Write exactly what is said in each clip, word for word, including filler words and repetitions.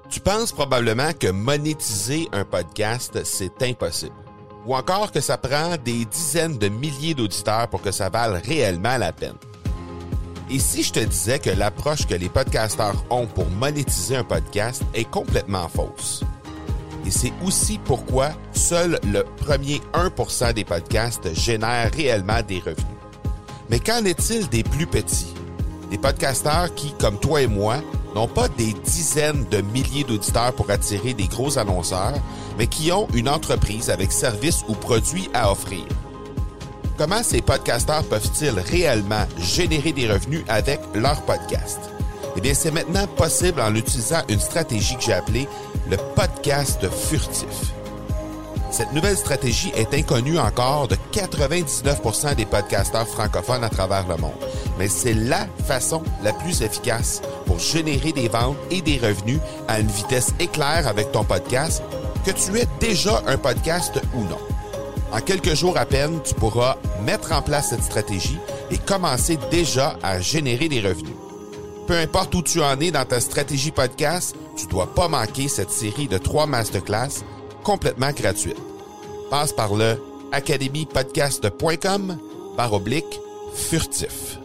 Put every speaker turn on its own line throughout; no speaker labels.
Tu penses probablement que monétiser un podcast, c'est impossible. Ou encore que ça prend des dizaines de milliers d'auditeurs pour que ça vale réellement la peine. Et si je te disais que l'approche que les podcasteurs ont pour monétiser un podcast est complètement fausse? Et c'est aussi pourquoi seul le premier un pour cent des podcasts génèrent réellement des revenus. Mais qu'en est-il des plus petits? Des podcasteurs qui, comme toi et moi, n'ont pas des dizaines de milliers d'auditeurs pour attirer des gros annonceurs, mais qui ont une entreprise avec services ou produits à offrir. Comment ces podcasteurs peuvent-ils réellement générer des revenus avec leur podcast? Eh bien, c'est maintenant possible en utilisant une stratégie que j'ai appelée le podcast furtif. Cette nouvelle stratégie est inconnue encore de quatre-vingt-dix-neuf pour cent des podcasteurs francophones à travers le monde. Mais c'est la façon la plus efficace pour générer des ventes et des revenus à une vitesse éclair avec ton podcast, que tu aies déjà un podcast ou non. En quelques jours à peine, tu pourras mettre en place cette stratégie et commencer déjà à générer des revenus. Peu importe où tu en es dans ta stratégie podcast, tu ne dois pas manquer cette série de trois masterclass complètement gratuite. Passe par le academy podcast point com barre oblique furtif.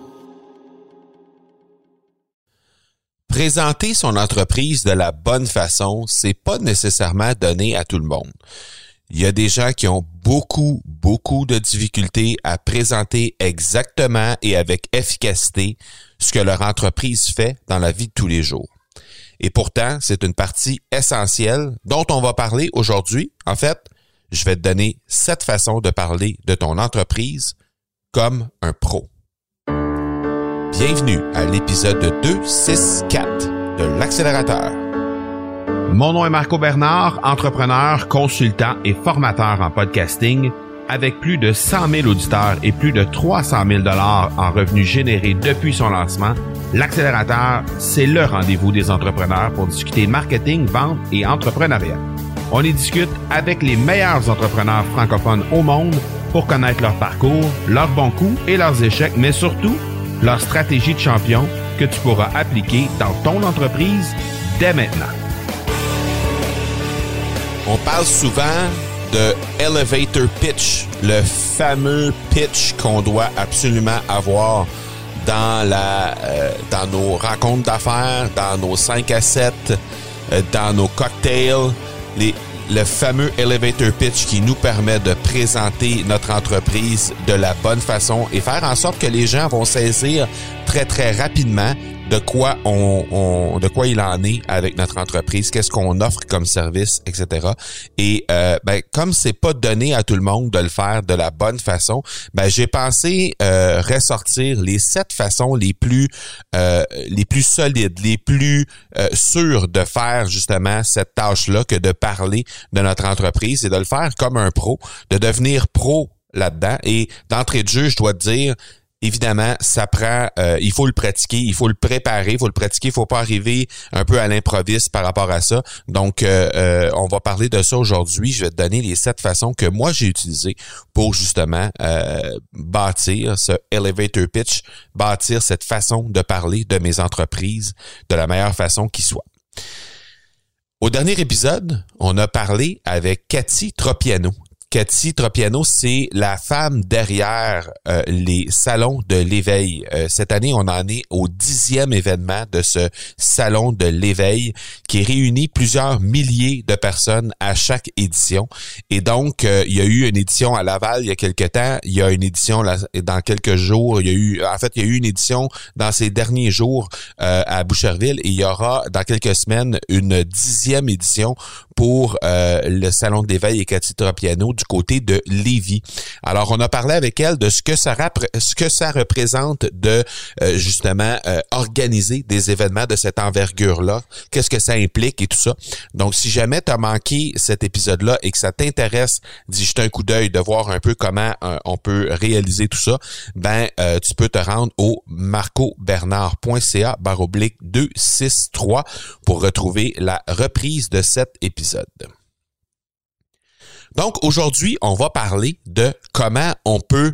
Présenter son entreprise de la bonne façon, c'est pas nécessairement donné à tout le monde. Il y a des gens qui ont beaucoup, beaucoup de difficultés à présenter exactement et avec efficacité ce que leur entreprise fait dans la vie de tous les jours. Et pourtant, c'est une partie essentielle dont on va parler aujourd'hui. En fait, je vais te donner sept façons de parler de ton entreprise comme un pro. Bienvenue à l'épisode deux cent soixante-quatre de l'Accélérateur.
Mon nom est Marco Bernard, entrepreneur, consultant et formateur en podcasting. Avec plus de cent mille auditeurs et plus de trois cent mille dollars en revenus générés depuis son lancement, l'Accélérateur, c'est le rendez-vous des entrepreneurs pour discuter marketing, vente et entrepreneuriat. On y discute avec les meilleurs entrepreneurs francophones au monde pour connaître leur parcours, leurs bons coups et leurs échecs, mais surtout leur stratégie de champion que tu pourras appliquer dans ton entreprise dès maintenant.
On parle souvent de elevator pitch, le fameux pitch qu'on doit absolument avoir dans la euh, dans nos rencontres d'affaires, dans nos cinq à sept, euh, dans nos cocktails, les le fameux elevator pitch qui nous permet de présenter notre entreprise de la bonne façon et faire en sorte que les gens vont saisir très très rapidement de quoi on, on de quoi il en est avec notre entreprise, qu'est-ce qu'on offre comme service, et cetera. Et euh, ben comme c'est pas donné à tout le monde de le faire de la bonne façon, ben j'ai pensé euh, ressortir les sept façons les plus euh, les plus solides, les plus euh, sûres de faire justement cette tâche-là que de parler de notre entreprise et de le faire comme un pro, de devenir pro là-dedans. Et d'entrée de jeu, je dois te dire, évidemment, ça prend, euh, il faut le pratiquer, il faut le préparer, il faut le pratiquer, il faut pas arriver un peu à l'improviste par rapport à ça. Donc, euh, euh, on va parler de ça aujourd'hui. Je vais te donner les sept façons que moi j'ai utilisées pour justement euh, bâtir ce elevator pitch, bâtir cette façon de parler de mes entreprises de la meilleure façon qui soit. Au dernier épisode, on a parlé avec Cathy Tropiano. Cathy Tropiano, c'est la femme derrière euh, les salons de l'éveil. Euh, cette année, on en est au dixième événement de ce salon de l'éveil qui réunit plusieurs milliers de personnes à chaque édition. Et donc, euh, il y a eu une édition à Laval il y a quelques temps. Il y a une édition là, dans quelques jours. Il y a eu, en fait, il y a eu une édition dans ces derniers jours euh, à Boucherville. Et il y aura dans quelques semaines une dixième édition pour euh, le salon de l'éveil et Cathy Tropiano du côté de Lévis. Alors, on a parlé avec elle de ce que ça, rap- ce que ça représente de euh, justement euh, organiser des événements de cette envergure-là, qu'est-ce que ça implique et tout ça. Donc, si jamais tu as manqué cet épisode-là et que ça t'intéresse d'y jeter un coup d'œil, de voir un peu comment euh, on peut réaliser tout ça, ben euh, tu peux te rendre au marcobernard.ca barre oblique deux cent soixante-trois pour retrouver la reprise de cet épisode. Donc, aujourd'hui, on va parler de comment on peut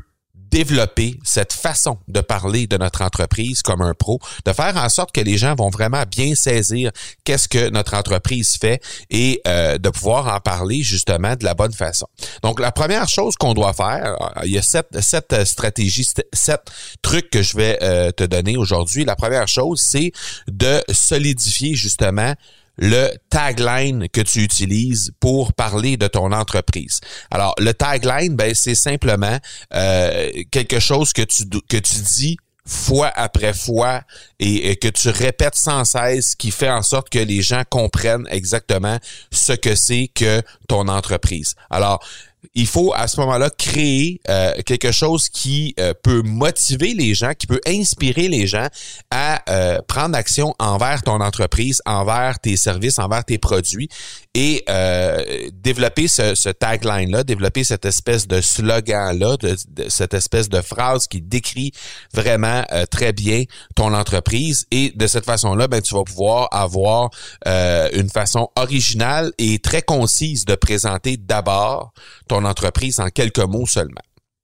développer cette façon de parler de notre entreprise comme un pro, de faire en sorte que les gens vont vraiment bien saisir qu'est-ce que notre entreprise fait et euh, de pouvoir en parler justement de la bonne façon. Donc, la première chose qu'on doit faire, il y a sept, sept stratégies, sept trucs que je vais euh, te donner aujourd'hui. La première chose, c'est de solidifier justement le tagline que tu utilises pour parler de ton entreprise. Alors, le tagline, ben c'est simplement euh, quelque chose que tu que tu dis fois après fois et, et que tu répètes sans cesse, qui fait en sorte que les gens comprennent exactement ce que c'est que ton entreprise. Alors, il faut à ce moment-là créer euh, quelque chose qui euh, peut motiver les gens, qui peut inspirer les gens à euh, prendre action envers ton entreprise, envers tes services, envers tes produits et euh, développer ce, ce tagline-là, développer cette espèce de slogan-là, de, de cette espèce de phrase qui décrit vraiment euh, très bien ton entreprise et de cette façon-là, ben tu vas pouvoir avoir euh, une façon originale et très concise de présenter d'abord ton entreprise en quelques mots seulement.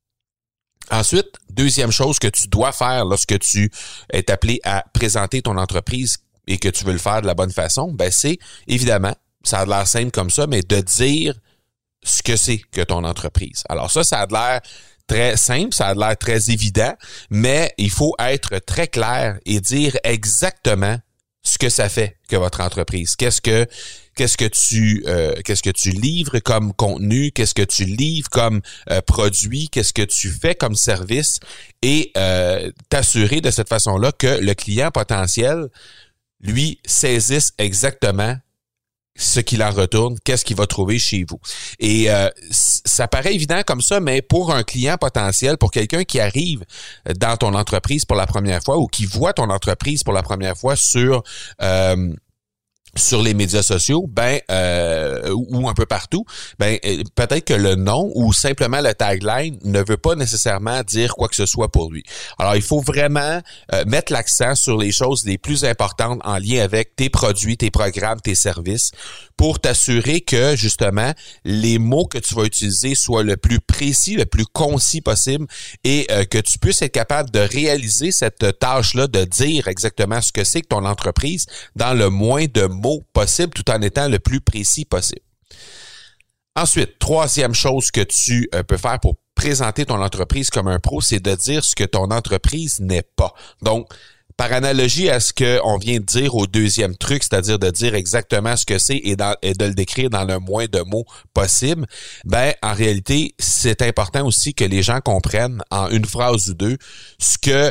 Ensuite, deuxième chose que tu dois faire lorsque tu es appelé à présenter ton entreprise et que tu veux le faire de la bonne façon, ben c'est évidemment, ça a l'air simple comme ça, mais de dire ce que c'est que ton entreprise. Alors ça, ça a l'air très simple, ça a l'air très évident, mais il faut être très clair et dire exactement ce que ça fait que votre entreprise. Qu'est-ce que qu'est-ce que tu euh, qu'est-ce que tu livres comme contenu, qu'est-ce que tu livres comme euh, produit, qu'est-ce que tu fais comme service et euh, t'assurer de cette façon-là que le client potentiel lui saisisse exactement ce qu'il en retourne, qu'est-ce qu'il va trouver chez vous. Et euh, ça paraît évident comme ça, mais pour un client potentiel, pour quelqu'un qui arrive dans ton entreprise pour la première fois ou qui voit ton entreprise pour la première fois sur euh, sur les médias sociaux, ben euh, ou un peu partout, ben peut-être que le nom ou simplement le tagline ne veut pas nécessairement dire quoi que ce soit pour lui. Alors, il faut vraiment euh, mettre l'accent sur les choses les plus importantes en lien avec tes produits, tes programmes, tes services pour t'assurer que, justement, les mots que tu vas utiliser soient le plus précis, le plus concis possible et euh, que tu puisses être capable de réaliser cette tâche-là, de dire exactement ce que c'est que ton entreprise dans le moins de mots possible tout en étant le plus précis possible. Ensuite, troisième chose que tu euh, peux faire pour présenter ton entreprise comme un pro, c'est de dire ce que ton entreprise n'est pas. Donc, par analogie à ce qu'on vient de dire au deuxième truc, c'est-à-dire de dire exactement ce que c'est et, dans, et de le décrire dans le moins de mots possible, ben en réalité, c'est important aussi que les gens comprennent en une phrase ou deux ce que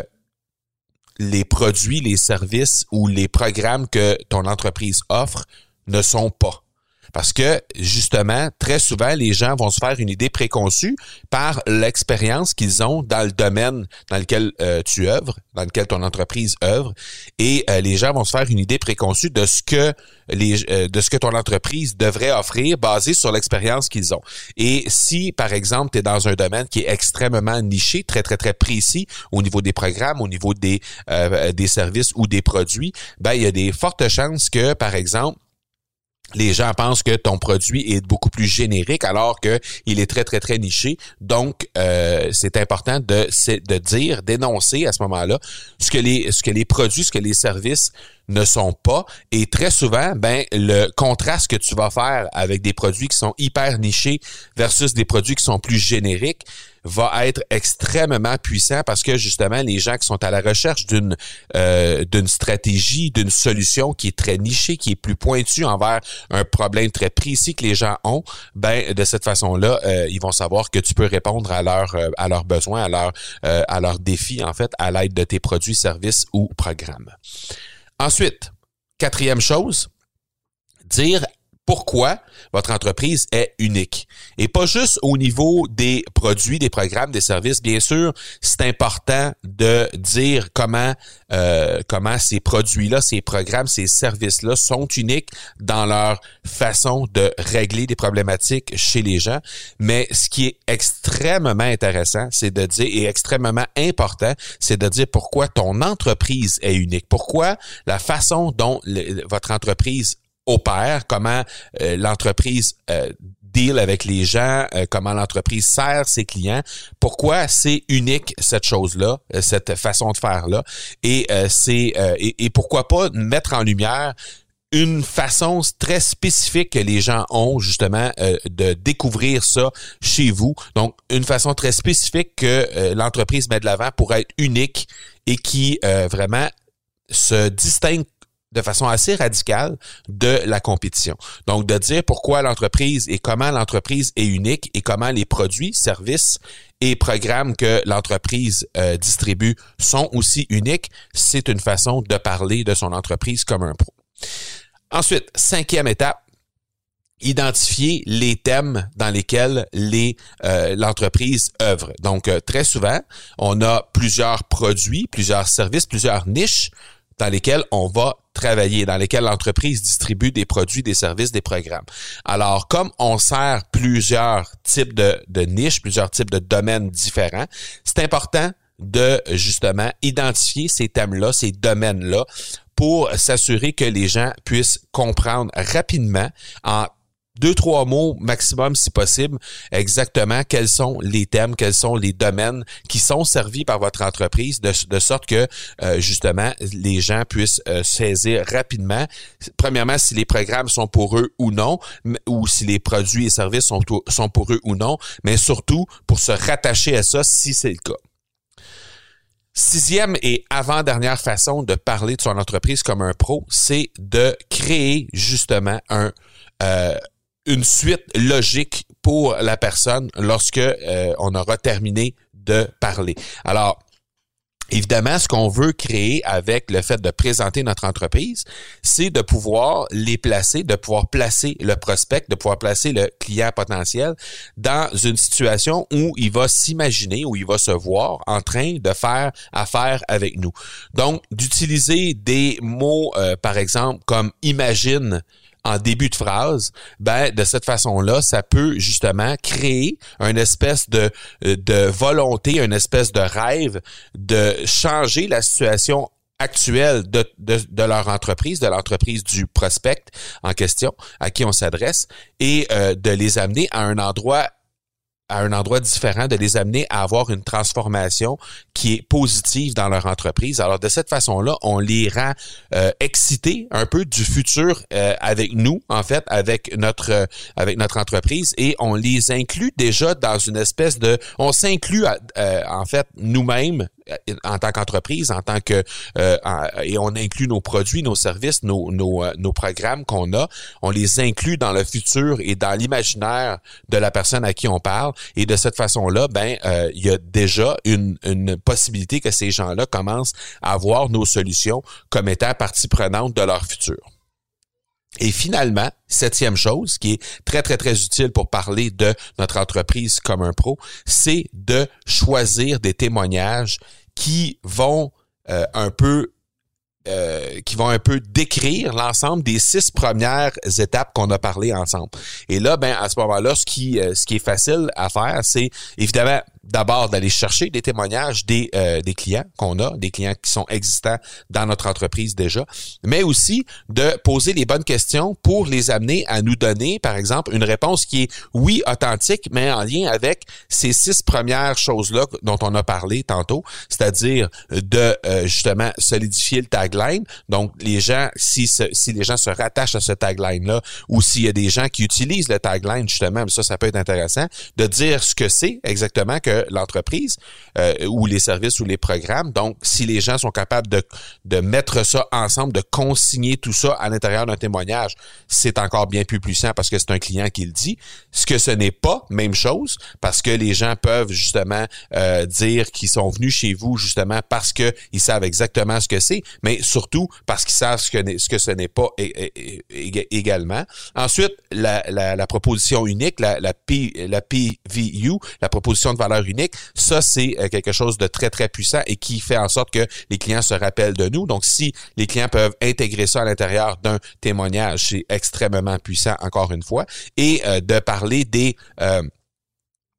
les produits, les services ou les programmes que ton entreprise offre ne sont pas. Parce que, justement, très souvent, les gens vont se faire une idée préconçue par l'expérience qu'ils ont dans le domaine dans lequel euh, tu œuvres, dans lequel ton entreprise œuvre, et euh, les gens vont se faire une idée préconçue de ce que les euh, de ce que ton entreprise devrait offrir basé sur l'expérience qu'ils ont. Et si, par exemple, tu es dans un domaine qui est extrêmement niché, très, très, très précis au niveau des programmes, au niveau des euh, des services ou des produits, ben il y a des fortes chances que, par exemple, les gens pensent que ton produit est beaucoup plus générique alors que il est très, très, très niché. Donc, euh, c'est important de, de dire, d'énoncer à ce moment-là ce que les, ce que les produits, ce que les services ne sont pas. Et très souvent, ben le contraste que tu vas faire avec des produits qui sont hyper nichés versus des produits qui sont plus génériques va être extrêmement puissant parce que justement, les gens qui sont à la recherche d'une euh, d'une stratégie, d'une solution qui est très nichée, qui est plus pointue envers un problème très précis que les gens ont, ben de cette façon-là, euh, ils vont savoir que tu peux répondre à leurs euh, à leurs besoins, à leurs euh, à leurs défis en fait, à l'aide de tes produits, services ou programmes. Ensuite, quatrième chose, dire pourquoi votre entreprise est unique. Et pas juste au niveau des produits, des programmes, des services. Bien sûr, c'est important de dire comment euh, comment ces produits-là, ces programmes, ces services-là sont uniques dans leur façon de régler des problématiques chez les gens. Mais ce qui est extrêmement intéressant, c'est de dire, et extrêmement important, c'est de dire pourquoi ton entreprise est unique. Pourquoi la façon dont le, votre entreprise opère, comment euh, l'entreprise euh, deal avec les gens, euh, comment l'entreprise sert ses clients, pourquoi c'est unique cette chose-là, euh, cette façon de faire-là, et euh, c'est euh, et, et pourquoi pas mettre en lumière une façon très spécifique que les gens ont justement euh, de découvrir ça chez vous. Donc, une façon très spécifique que euh, l'entreprise met de l'avant pour être unique et qui euh, vraiment se distingue de façon assez radicale de la compétition. Donc, de dire pourquoi l'entreprise et comment l'entreprise est unique et comment les produits, services et programmes que l'entreprise euh, distribue sont aussi uniques, c'est une façon de parler de son entreprise comme un pro. Ensuite, cinquième étape, identifier les thèmes dans lesquels les euh, l'entreprise œuvre. Donc, euh, très souvent, on a plusieurs produits, plusieurs services, plusieurs niches dans lesquelles on va travailler, dans lesquelles l'entreprise distribue des produits, des services, des programmes. Alors, comme on sert plusieurs types de, de niches, plusieurs types de domaines différents, c'est important de justement identifier ces thèmes-là, ces domaines-là, pour s'assurer que les gens puissent comprendre rapidement, en deux, trois mots maximum si possible, exactement quels sont les thèmes, quels sont les domaines qui sont servis par votre entreprise, de, de sorte que euh, justement les gens puissent euh, saisir rapidement, premièrement, si les programmes sont pour eux ou non, ou si les produits et services sont, sont pour eux ou non, mais surtout pour se rattacher à ça si c'est le cas. Sixième et avant-dernière façon de parler de son entreprise comme un pro, c'est de créer justement un euh, une suite logique pour la personne lorsque euh, on aura terminé de parler. Alors, évidemment, ce qu'on veut créer avec le fait de présenter notre entreprise, c'est de pouvoir les placer, de pouvoir placer le prospect, de pouvoir placer le client potentiel dans une situation où il va s'imaginer, où il va se voir en train de faire affaire avec nous. Donc, d'utiliser des mots, euh, par exemple, comme « imagine », en début de phrase, ben de cette façon-là, ça peut justement créer une espèce de de volonté, une espèce de rêve de changer la situation actuelle de de, de leur entreprise, de l'entreprise du prospect en question à qui on s'adresse, et euh, de les amener à un endroit à un endroit différent, de les amener à avoir une transformation qui est positive dans leur entreprise. Alors, de cette façon-là, on les rend euh, excités un peu du futur euh, avec nous, en fait, avec notre euh, avec notre entreprise, et on les inclut déjà dans une espèce de... On s'inclut, euh, en fait, nous-mêmes, en tant qu'entreprise, en tant que euh, en, et on inclut nos produits, nos services, nos nos, euh, nos programmes qu'on a, on les inclut dans le futur et dans l'imaginaire de la personne à qui on parle, et de cette façon-là, ben euh, il y a déjà une une possibilité que ces gens-là commencent à voir nos solutions comme étant partie prenante de leur futur. Et finalement, septième chose qui est très, très, très utile pour parler de notre entreprise comme un pro, c'est de choisir des témoignages qui vont euh, un peu euh, qui vont un peu décrire l'ensemble des six premières étapes qu'on a parlé ensemble. Et là, ben à ce moment-là, ce qui euh, ce qui est facile à faire, c'est évidemment d'abord d'aller chercher des témoignages des euh, des clients qu'on a, des clients qui sont existants dans notre entreprise déjà, mais aussi de poser les bonnes questions pour les amener à nous donner, par exemple, une réponse qui est oui, authentique, mais en lien avec ces six premières choses-là dont on a parlé tantôt, c'est-à-dire de euh, justement solidifier le tagline. Donc, les gens, si se, si les gens se rattachent à ce tagline-là, ou s'il y a des gens qui utilisent le tagline, justement, ça, ça peut être intéressant, de dire ce que c'est exactement que l'entreprise euh, ou les services ou les programmes. Donc, si les gens sont capables de, de mettre ça ensemble, de consigner tout ça à l'intérieur d'un témoignage, c'est encore bien plus puissant parce que c'est un client qui le dit. Ce que ce n'est pas, même chose, parce que les gens peuvent justement euh, dire qu'ils sont venus chez vous justement parce que ils savent exactement ce que c'est, mais surtout parce qu'ils savent ce que, ce que ce n'est pas également. Ensuite, la, la, la proposition unique, la, la, P, la P V U, la proposition de valeur unique, ça, c'est quelque chose de très, très puissant et qui fait en sorte que les clients se rappellent de nous. Donc, si les clients peuvent intégrer ça à l'intérieur d'un témoignage, c'est extrêmement puissant, encore une fois. Et euh, de parler des... Euh,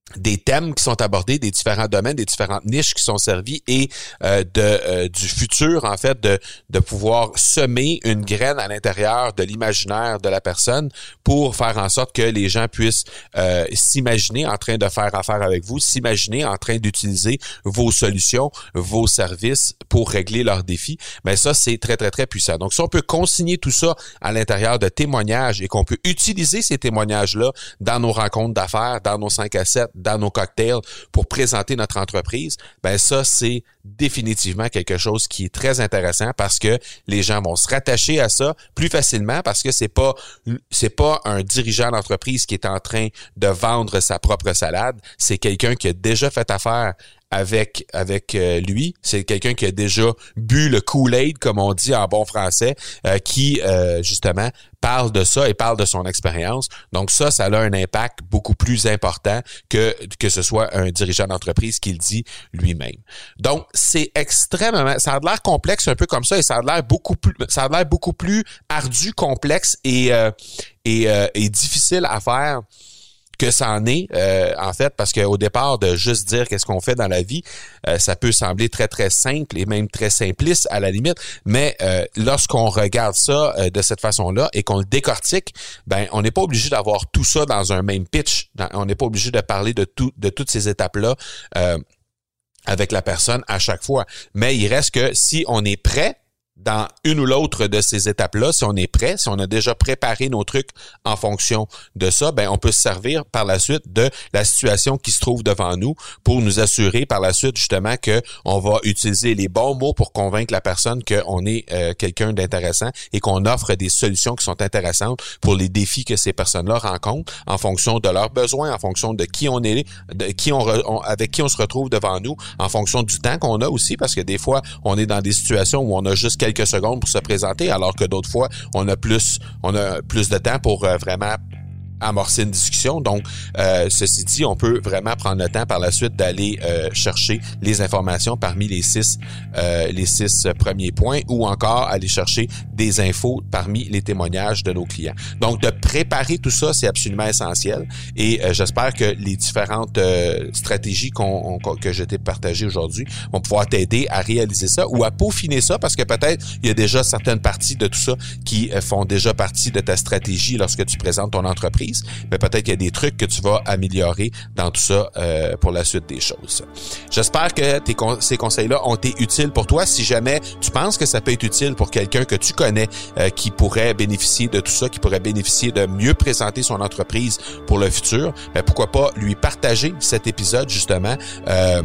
des thèmes qui sont abordés, des différents domaines, des différentes niches qui sont servies et euh, de euh, du futur, en fait, de de pouvoir semer une graine à l'intérieur de l'imaginaire de la personne pour faire en sorte que les gens puissent euh, s'imaginer en train de faire affaire avec vous, s'imaginer en train d'utiliser vos solutions, vos services pour régler leurs défis. Mais ça, c'est très, très, très puissant. Donc, si on peut consigner tout ça à l'intérieur de témoignages et qu'on peut utiliser ces témoignages-là dans nos rencontres d'affaires, dans nos cinq à sept, dans nos cocktails pour présenter notre entreprise, ben ça, c'est définitivement quelque chose qui est très intéressant parce que les gens vont se rattacher à ça plus facilement parce que c'est pas c'est pas un dirigeant d'entreprise qui est en train de vendre sa propre salade, c'est quelqu'un qui a déjà fait affaire avec avec euh, lui, c'est quelqu'un qui a déjà bu le Kool-Aid comme on dit en bon français, euh, qui euh, justement parle de ça et parle de son expérience. Donc ça, ça a un impact beaucoup plus important que que ce soit un dirigeant d'entreprise qui le dit lui-même. Donc c'est extrêmement, ça a l'air complexe un peu comme ça et ça a l'air beaucoup plus, ça a l'air beaucoup plus ardu, complexe et euh, et, euh, et difficile à faire que ça en est, euh, en fait, parce qu'au départ, de juste dire qu'est-ce qu'on fait dans la vie, euh, ça peut sembler très, très simple et même très simpliste à la limite, mais euh, lorsqu'on regarde ça euh, de cette façon-là et qu'on le décortique, ben on n'est pas obligé d'avoir tout ça dans un même pitch. Dans, on n'est pas obligé de parler de tout, de toutes ces étapes-là euh, avec la personne à chaque fois. Mais il reste que si on est prêt dans une ou l'autre de ces étapes-là, si on est prêt, si on a déjà préparé nos trucs en fonction de ça, ben on peut se servir par la suite de la situation qui se trouve devant nous pour nous assurer par la suite justement que on va utiliser les bons mots pour convaincre la personne qu'on est euh, quelqu'un d'intéressant et qu'on offre des solutions qui sont intéressantes pour les défis que ces personnes-là rencontrent en fonction de leurs besoins, en fonction de qui on est, de qui on, re, on avec qui on se retrouve devant nous, en fonction du temps qu'on a aussi, parce que des fois on est dans des situations où on a juste quelques secondes pour se présenter, alors que d'autres fois, on a plus on a plus de temps pour euh, vraiment amorcer une discussion. Donc, euh, ceci dit, on peut vraiment prendre le temps par la suite d'aller euh, chercher les informations parmi les six euh, les six premiers points ou encore aller chercher des infos parmi les témoignages de nos clients. Donc, de préparer tout ça, c'est absolument essentiel et euh, j'espère que les différentes euh, stratégies qu'on, on, que je t'ai partagées aujourd'hui vont pouvoir t'aider à réaliser ça ou à peaufiner ça parce que peut-être il y a déjà certaines parties de tout ça qui euh, font déjà partie de ta stratégie lorsque tu présentes ton entreprise. Mais peut-être qu'il y a des trucs que tu vas améliorer dans tout ça euh, pour la suite des choses. J'espère que tes con- ces conseils-là ont été utiles pour toi. Si jamais tu penses que ça peut être utile pour quelqu'un que tu connais euh, qui pourrait bénéficier de tout ça, qui pourrait bénéficier de mieux présenter son entreprise pour le futur, ben pourquoi pas lui partager cet épisode justement. Euh,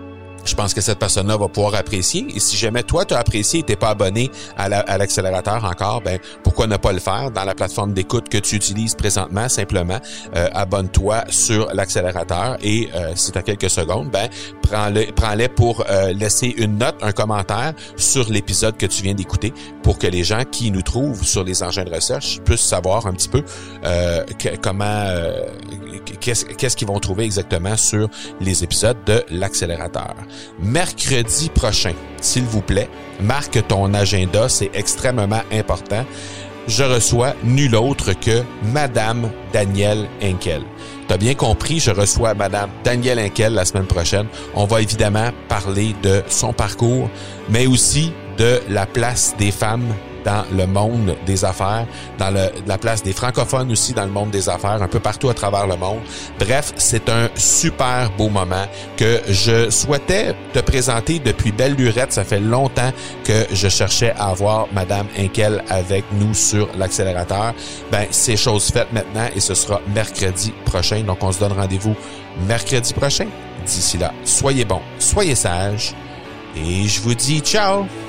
Je pense que cette personne-là va pouvoir apprécier. Et si jamais toi, tu as apprécié et t'es pas abonné à, la, à l'accélérateur encore, ben pourquoi ne pas le faire dans la plateforme d'écoute que tu utilises présentement? Simplement, euh, abonne-toi sur l'accélérateur et euh, si tu as quelques secondes, ben prends-le, prends-les pour euh, laisser une note, un commentaire sur l'épisode que tu viens d'écouter pour que les gens qui nous trouvent sur les engins de recherche puissent savoir un petit peu euh, que, comment, euh, qu'est-ce, qu'est-ce qu'ils vont trouver exactement sur les épisodes de l'accélérateur. Mercredi prochain, s'il vous plaît, marque ton agenda, c'est extrêmement important. Je reçois nul autre que Madame Danielle Henkel. T'as bien compris, je reçois Madame Danielle Henkel la semaine prochaine. On va évidemment parler de son parcours, mais aussi de la place des femmes dans le monde des affaires, dans le, la place des francophones aussi dans le monde des affaires, un peu partout à travers le monde. Bref, c'est un super beau moment que je souhaitais te présenter depuis belle lurette. Ça fait longtemps que je cherchais à avoir Madame Henkel avec nous sur l'accélérateur. Ben, c'est chose faite maintenant et ce sera mercredi prochain. Donc, on se donne rendez-vous mercredi prochain. D'ici là, soyez bons, soyez sages et je vous dis ciao!